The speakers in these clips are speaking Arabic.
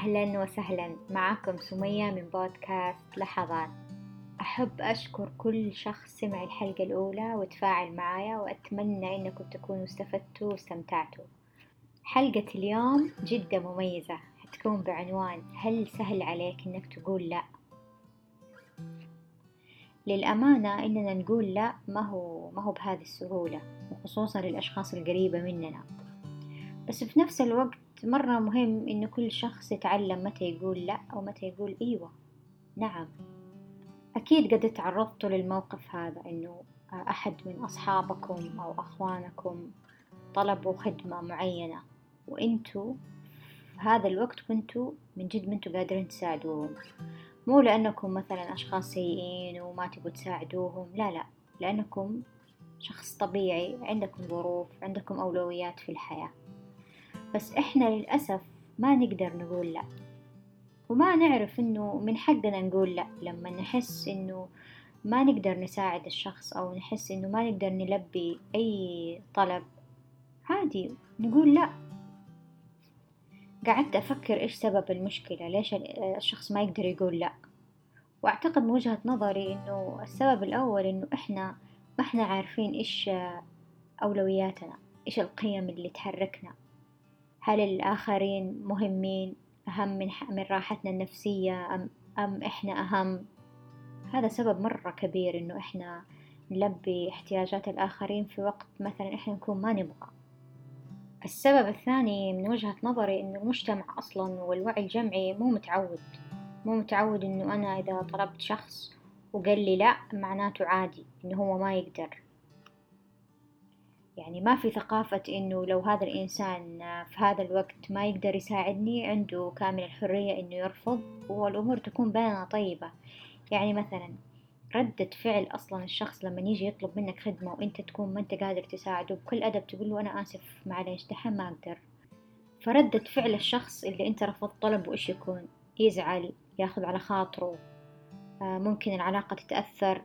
أهلا وسهلا معكم سمية من بودكاست لحظات. أحب أشكر كل شخص سمع الحلقة الأولى وتفاعل معايا، وأتمنى أنكم تكونوا استفدتوا واستمتعتوا. حلقة اليوم جدا مميزة، هتكون بعنوان هل سهل عليك أنك تقول لا؟ للأمانة إننا نقول لا ما هو بهذه السهولة، وخصوصا للأشخاص القريبة مننا. بس في نفس الوقت مرة مهم إنه كل شخص يتعلم متى يقول لا ومتى يقول إيوة نعم. أكيد قد تعرضتوا للموقف هذا، إنه أحد من أصحابكم أو أخوانكم طلبوا خدمة معينة، وإنتوا في هذا الوقت كنتوا من جد ما انتوا قادرين تساعدوهم. مو لأنكم مثلا أشخاص سيئين وما تبوا تساعدوهم، لا، لأنكم شخص طبيعي، عندكم ظروف، عندكم أولويات في الحياة. بس إحنا للأسف ما نقدر نقول لا، وما نعرف إنه من حقنا نقول لا. لما نحس إنه ما نقدر نساعد الشخص، أو نحس إنه ما نقدر نلبي أي طلب، عادي نقول لا. قعدت أفكر إيش سبب المشكلة، ليش الشخص ما يقدر يقول لا. وأعتقد من وجهة نظري إنه السبب الأول إنه إحنا ما إحنا عارفين إيش أولوياتنا، إيش القيم اللي تحركنا. هل الآخرين مهمين أهم من راحتنا النفسية، أم إحنا أهم؟ هذا سبب مرة كبير إنه إحنا نلبي احتياجات الآخرين في وقت مثلا إحنا نكون ما نبغى. السبب الثاني من وجهة نظري إنه المجتمع أصلا والوعي الجمعي مو متعود إنه أنا إذا طلبت شخص وقال لي لا معناته عادي، إنه هو ما يقدر. يعني ما في ثقافة إنه لو هذا الإنسان في هذا الوقت ما يقدر يساعدني عنده كامل الحرية إنه يرفض، والأمور تكون بيننا طيبة. يعني مثلا ردة فعل أصلا الشخص لما يجي يطلب منك خدمة وإنت تكون ما أنت قادر تساعده، بكل أدب تقول له أنا آسف معليش دحين ما أقدر. فردة فعل الشخص اللي أنت رفضت طلبه إيش يكون؟ يزعل، ياخذ على خاطره، ممكن العلاقة تتأثر،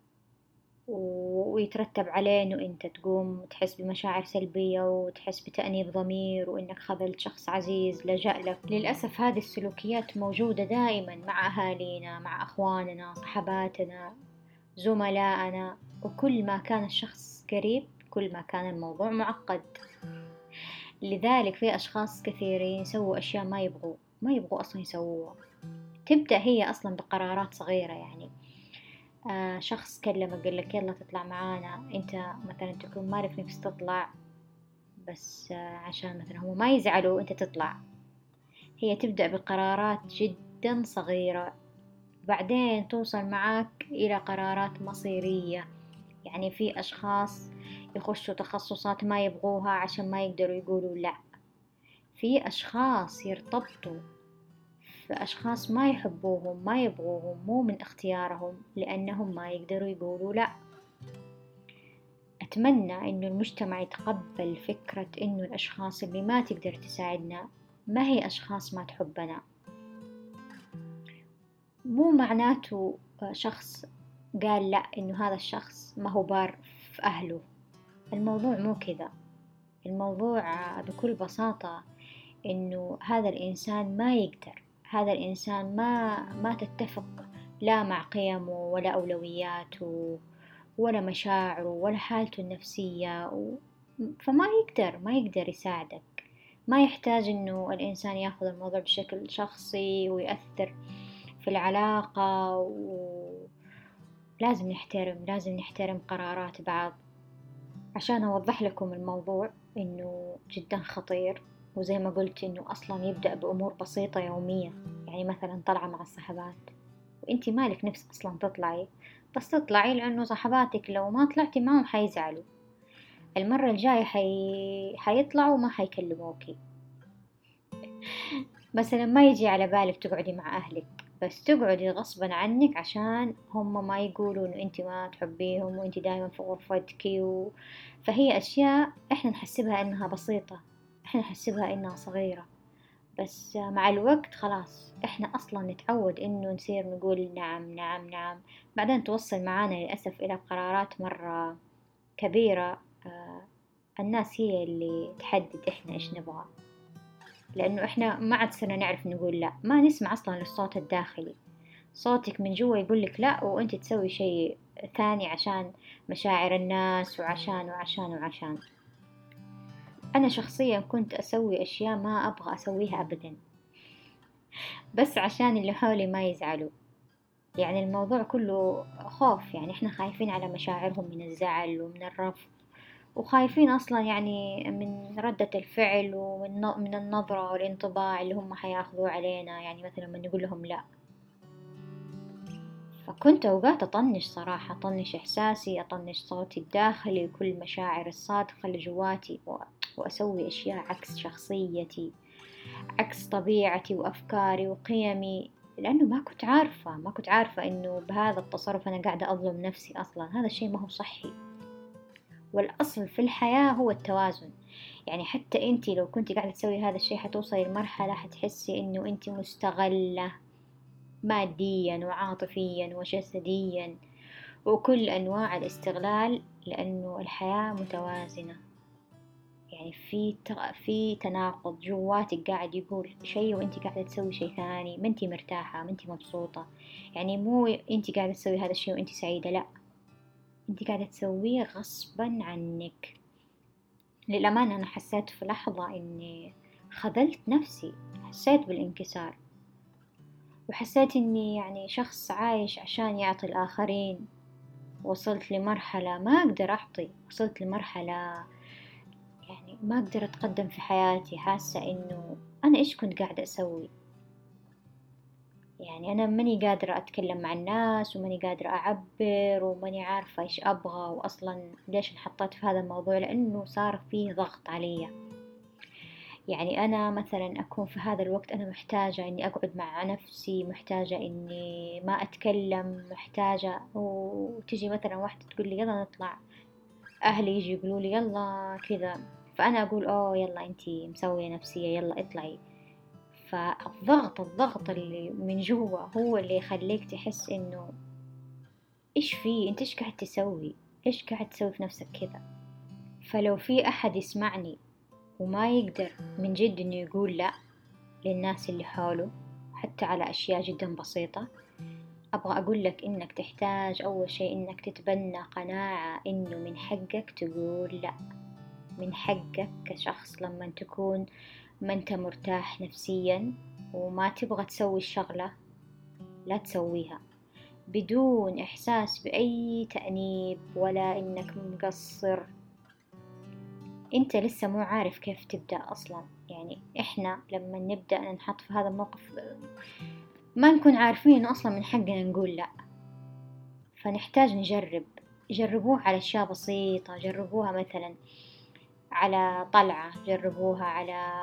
ويترتب عليه إنه أنت تقوم تحس بمشاعر سلبية وتحس بتأنيب ضمير، وإنك خذلت شخص عزيز لجأ لك. للأسف هذه السلوكيات موجودة دائما مع أهالينا، مع أخواننا، صحباتنا، زملائنا. وكل ما كان الشخص قريب كل ما كان الموضوع معقد. لذلك في أشخاص كثيرين يسووا أشياء ما يبغوا أصلا يسووها. تبدأ هي أصلا بقرارات صغيرة، يعني شخص كلمك قال لك يلا تطلع معانا، انت مثلا تكون مالك نفس تطلع، بس عشان مثلا هم ما يزعلوا انت تطلع. هي تبدأ بقرارات جدا صغيرة، بعدين توصل معاك إلى قرارات مصيرية. يعني في أشخاص يخشوا تخصصات ما يبغوها عشان ما يقدروا يقولوا لا. في أشخاص يرتبطوا في أشخاص ما يحبوهم ما يبغوهم، مو من اختيارهم، لأنهم ما يقدروا يقولوا لا. أتمنى إنه المجتمع يتقبل فكرة إنه الأشخاص اللي ما تقدر تساعدنا ما هي أشخاص ما تحبنا. مو معناته شخص قال لا إنه هذا الشخص ما هو بار في أهله. الموضوع مو كذا. الموضوع بكل بساطة إنه هذا الإنسان ما يقدر، هذا الإنسان ما تتفق لا مع قيمه ولا أولوياته ولا مشاعره ولا حالته النفسية، فما ما يقدر يساعدك. ما يحتاج إنه الإنسان ياخذ الموضوع بشكل شخصي ويأثر في العلاقة. لازم نحترم قرارات بعض. عشان أوضح لكم الموضوع إنه جدا خطير، وزي ما قلت إنه أصلا يبدأ بأمور بسيطة يومية. يعني مثلا طلعة مع الصحبات وإنتي مالك نفس أصلا تطلعي، بس تطلعي لأنه صحباتك لو ما طلعتي معهم حيزعلوا، المرة الجاية حيطلعوا ما حيكلموكي. مثلا ما يجي على بالك تقعدي مع أهلك، بس تقعدي غصبا عنك عشان هم ما يقولوا إنه أنت ما تحبيهم وأنت دايما في غرفتك فهي أشياء إحنا نحسبها إنها بسيطة، إحنا نحسبها إنها صغيرة، بس مع الوقت خلاص إحنا أصلا نتعود إنه نصير نقول نعم نعم نعم. بعدين توصل معانا للأسف إلى قرارات مرة كبيرة. الناس هي اللي تحدد إحنا إيش نبغى. لأنه إحنا ما عاد صرنا نعرف نقول لا، ما نسمع أصلا للصوت الداخلي. صوتك من جوا يقولك لا، وأنت تسوي شيء ثاني عشان مشاعر الناس وعشان وعشان وعشان. أنا شخصيا كنت أسوي أشياء ما أبغى أسويها أبدا، بس عشان اللي حولي ما يزعلوا. يعني الموضوع كله خوف، يعني إحنا خايفين على مشاعرهم من الزعل ومن الرفض، وخايفين أصلا يعني من ردة الفعل ومن النظرة والانطباع اللي هم حياخذوه علينا، يعني مثلا لما نقول لهم لا. فكنت أوقات أطنش صراحة، أطنش إحساسي، أطنش صوتي الداخلي وكل المشاعر الصادقة اللي جواتي، وأسوي أشياء عكس شخصيتي، عكس طبيعتي وأفكاري وقيمي، لأنه ما كنت عارفة إنه بهذا التصرف أنا قاعدة أظلم نفسي. أصلا هذا الشيء ما هو صحي، والأصل في الحياة هو التوازن. يعني حتى أنتي لو كنتي قاعدة تسوي هذا الشيء حتوصلي لمرحلة حتحسي إنه أنتي مستغلة ماديا وعاطفيا وجسديا وكل أنواع الاستغلال، لأنه الحياة متوازنة. يعني في تناقض جواتك قاعد يقول شيء وانتي قاعدة تسوي شيء ثاني، ما انتي مرتاحة، ما انتي مبسوطة. يعني مو انتي قاعدة تسوي هذا الشيء وانتي سعيدة، لا، انتي قاعدة تسويه غصبا عنك. للأمانة أنا حسيت في لحظة إني خذلت نفسي، حسيت بالانكسار، وحسيت إني يعني شخص عايش عشان يعطي الآخرين. وصلت لمرحلة ما أقدر أعطي، وصلت لمرحلة يعني ما أقدر أتقدم في حياتي، حاسة إنه أنا إيش كنت قاعدة أسوي. يعني أنا ماني قادرة أتكلم مع الناس، وماني قادرة أعبر، وماني عارفة إيش أبغى، وأصلا ليش انحطيت في هذا الموضوع، لأنه صار فيه ضغط علي. يعني أنا مثلا أكون في هذا الوقت أنا محتاجة إني أقعد مع نفسي، محتاجة إني ما أتكلم، محتاجة، وتجي مثلا واحدة تقول لي يلا نطلع، أهلي يجي يقولوا لي يلا كذا، فأنا أقول أوه يلا أنتي مسوية نفسية يلا اطلعي. فالضغط اللي من جوا هو اللي يخليك تحس إنه إيش فيه، أنت إيش قاعد تسوي، إيش قاعد تسوي في نفسك كذا. فلو في أحد يسمعني وما يقدر من جد إنه يقول لأ للناس اللي حوله حتى على أشياء جدا بسيطة، أبغى أقول لك إنك تحتاج أول شيء إنك تتبنى قناعة إنه من حقك تقول لأ. من حقك كشخص لما تكون ما أنت مرتاح نفسيا وما تبغى تسوي الشغلة لا تسويها، بدون إحساس بأي تأنيب ولا إنك مقصر. أنت لسه مو عارف كيف تبدأ أصلا. يعني إحنا لما نبدأ ننحط في هذا الموقف ما نكون عارفين إنه أصلا من حقنا نقول لأ، فنحتاج نجرب. جربوها على أشياء بسيطة، جربوها مثلا على طلعة، جربوها على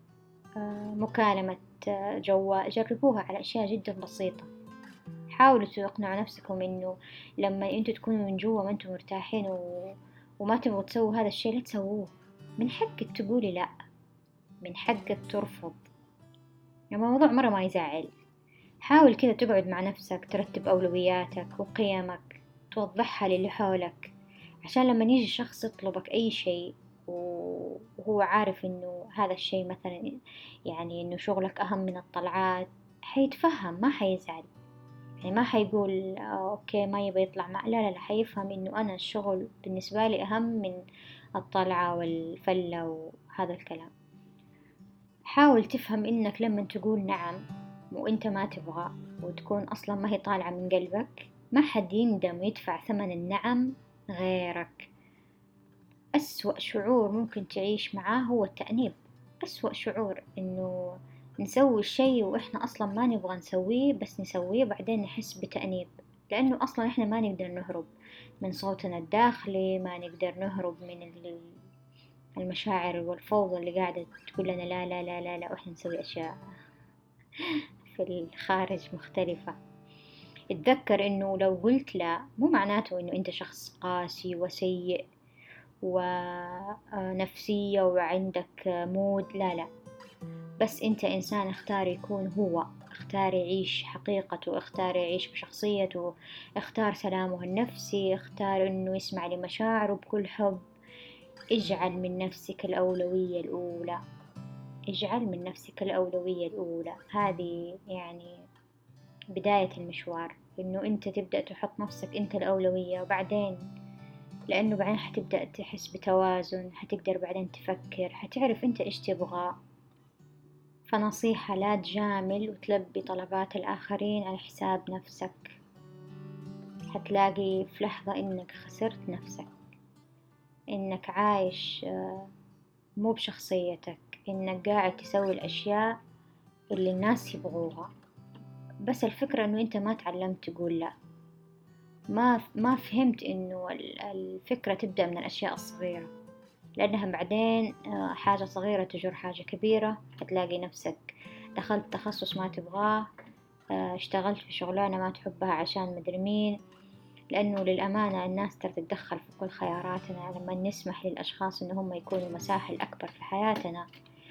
مكالمة جوال، جربوها على أشياء جدا بسيطة. حاولوا تقنعوا نفسكم إنه لما أنتوا تكونوا من جوا ما أنتوا مرتاحين وما تبغوا تسووا هذا الشيء لا تسووه. من حقك تقولي لأ، من حقك ترفض. يعني الموضوع مرة ما يزعل. حاول كذا تقعد مع نفسك، ترتب أولوياتك وقيمك، توضحها للي حولك، عشان لما يجي شخص يطلبك أي شيء وهو عارف إنه هذا الشيء مثلا يعني إنه شغلك أهم من الطلعات، حيتفهم ما حيزعل. يعني ما حيقول أوكي ما يبي يطلع مع، لا لا لا، حيفهم إنه أنا الشغل بالنسبة لي أهم من الطلعة والفلة وهذا الكلام. حاول تفهم إنك لما تقول نعم وإنت ما تبغى وتكون أصلا ما هي طالعة من قلبك، ما حد يندم ويدفع ثمن النعم غيرك. أسوأ شعور ممكن تعيش معاه هو التأنيب. أسوأ شعور إنه نسوي الشيء وإحنا أصلا ما نبغى نسويه، بس نسويه بعدين نحس بتأنيب، لأنه أصلا إحنا ما نقدر نهرب من صوتنا الداخلي، ما نقدر نهرب من المشاعر والفوضى اللي قاعدة تقول لنا لا لا لا لا لا، وإحنا نسوي أشياء في الخارج مختلفة. اتذكر إنه لو قلت لا مو معناته إنه أنت شخص قاسي وسيء ونفسية وعندك مود، لا لا، بس أنت إنسان اختار يكون هو، اختار يعيش حقيقته، اختار يعيش بشخصيته، اختار سلامه النفسي، اختار إنه يسمع لمشاعره بكل حب. اجعل من نفسك الأولوية الأولى، اجعل من نفسك الأولوية الأولى. هذه يعني بداية المشوار، إنه أنت تبدأ تحط نفسك أنت الأولوية، وبعدين لأنه بعدين حتبدأ تحس بتوازن، حتقدر بعدين تفكر، حتعرف أنت إيش تبغى. فنصيحة: لا تجامل وتلبي طلبات الآخرين على حساب نفسك، حتلاقي في لحظة إنك خسرت نفسك، إنك عايش مو بشخصيتك، إنك قاعد تسوي الأشياء اللي الناس يبغوها. بس الفكرة إنه أنت ما تعلمت تقول لا، ما فهمت إنه الفكرة تبدأ من الأشياء الصغيرة، لأنها بعدين حاجة صغيرة تجر حاجة كبيرة. هتلاقي نفسك دخلت تخصص ما تبغاه، اشتغلت في شغلانة ما تحبها عشان مدري مين. لأنه للأمانة الناس ترى تتدخل في كل خياراتنا لما نسمح للأشخاص إن هم يكونوا مساحة الأكبر في حياتنا،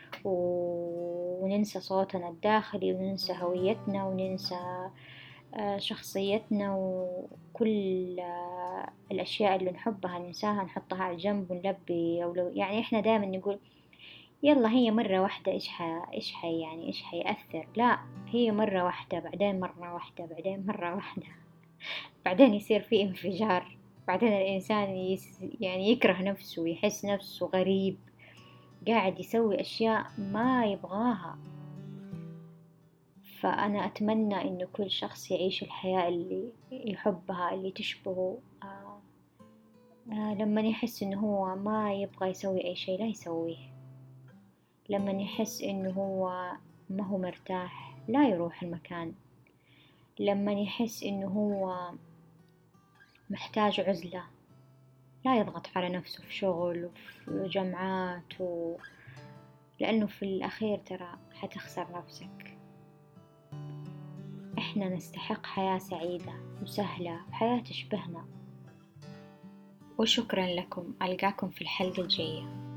وننسى صوتنا الداخلي، وننسى هويتنا، وننسى شخصيتنا، وكل الأشياء اللي نحبها ننساها، نحطها على جنب ونلبي يعني إحنا دائما نقول يلا هي مرة واحدة، يعني إيش حيأثر؟ لا، هي مرة واحدة، بعدين مرة واحدة، بعدين مرة واحدة، بعدين يصير في انفجار. بعدين الإنسان يعني يكره نفسه ويحس نفسه غريب، قاعد يسوي أشياء ما يبغاها. فأنا أتمنى إنه كل شخص يعيش الحياة اللي يحبها، اللي تشبهه. لما يحس إنه هو ما يبغى يسوي أي شيء لا يسويه، لما يحس إنه هو ما هو مرتاح لا يروح المكان، لما يحس إنه هو محتاج عزلة لا يضغط على نفسه في شغل وفي جامعات لأنه في الأخير ترى حتخسر نفسك. إحنا نستحق حياة سعيدة وسهلة وحياة تشبهنا. وشكرا لكم، ألقاكم في الحلقة الجاية.